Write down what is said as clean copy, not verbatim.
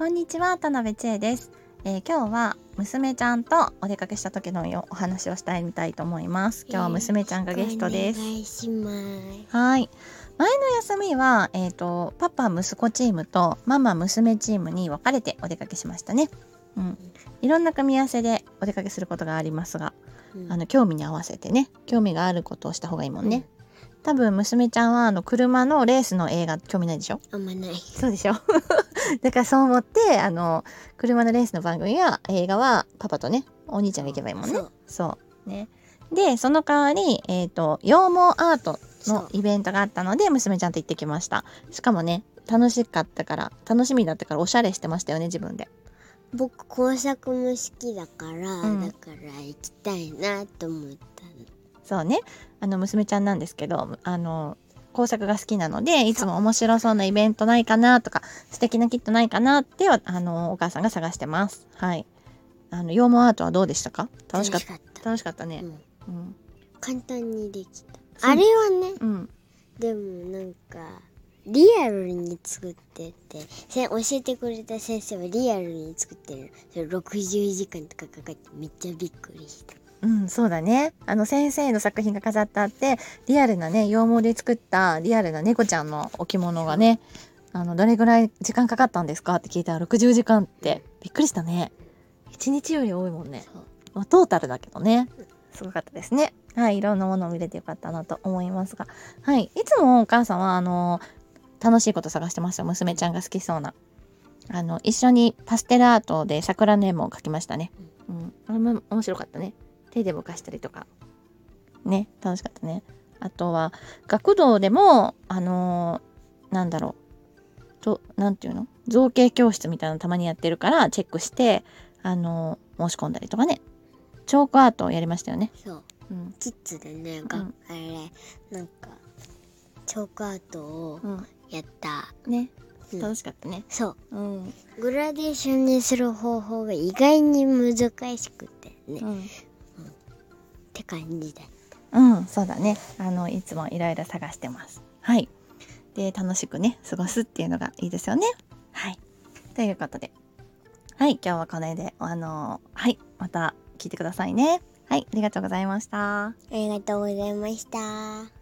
んにちは、田辺千恵です。今日は娘ちゃんとお出かけした時のお話をしたいみたいと思います。今日は娘ちゃんがゲストです。 お願いします。 はい。前の休みは、パパ息子チームとママ娘チームに分かれてお出かけしましたね。いろんな組み合わせでお出かけすることがありますが、興味に合わせてね、興味があることをした方がいいもんね。多分娘ちゃんは車のレースの映画興味ないでしょ？ あんまない。 そうでしょだからそう思って車のレースの番組や映画はパパとねお兄ちゃんが行けばいいもんね。そうね。でその代わり羊毛アートのイベントがあったので娘ちゃんと行ってきました。しかもね楽しみだったからおしゃれしてましたよね自分で。 僕工作も好きだから、だから行きたいなと思ったの。 そうね、娘ちゃんなんですけど工作が好きなのでいつも面白そうなイベントないかなとか素敵なキットないかなってお母さんが探してます。はい。羊毛アートはどうでしたか？楽しかったね。 簡単にできた。あれはね、でもなんかリアルに作ってて、教えてくれた先生はリアルに作ってる。それ60時間とかかかってめっちゃびっくりした。 そうだね。先生の作品が飾ってあってリアルなね羊毛で作ったリアルな猫ちゃんの置物がねどれぐらい時間かかったんですかって聞いたら60時間ってびっくりしたね。1日より多いもんね。トータルだけどねすごかったですね。はい。いろんなものを見れてよかったなと思いますが、はい。いつもお母さんは楽しいこと探してますよ。娘ちゃんが好きそうな一緒にパステルアートで桜の絵も描きましたね。あれも面白かったね。手でぼかしたりとかね、楽しかったね。あとは学童でもなんていうの造形教室みたいなのたまにやってるからチェックして申し込んだりとかね。チョークアートをやりましたよね。 そう、キッズでね、あれなんかチョークアートをやったね。楽しかったね。 そう、グラデーションにする方法が意外に難しくてね、って感じだった。 そうだね。いつもいろいろ探してます。はい。で楽しくね過ごすっていうのがいいですよね。はい。ということで、はい今日はこれではいまた聞いてくださいね。はいありがとうございました。 ありがとうございました。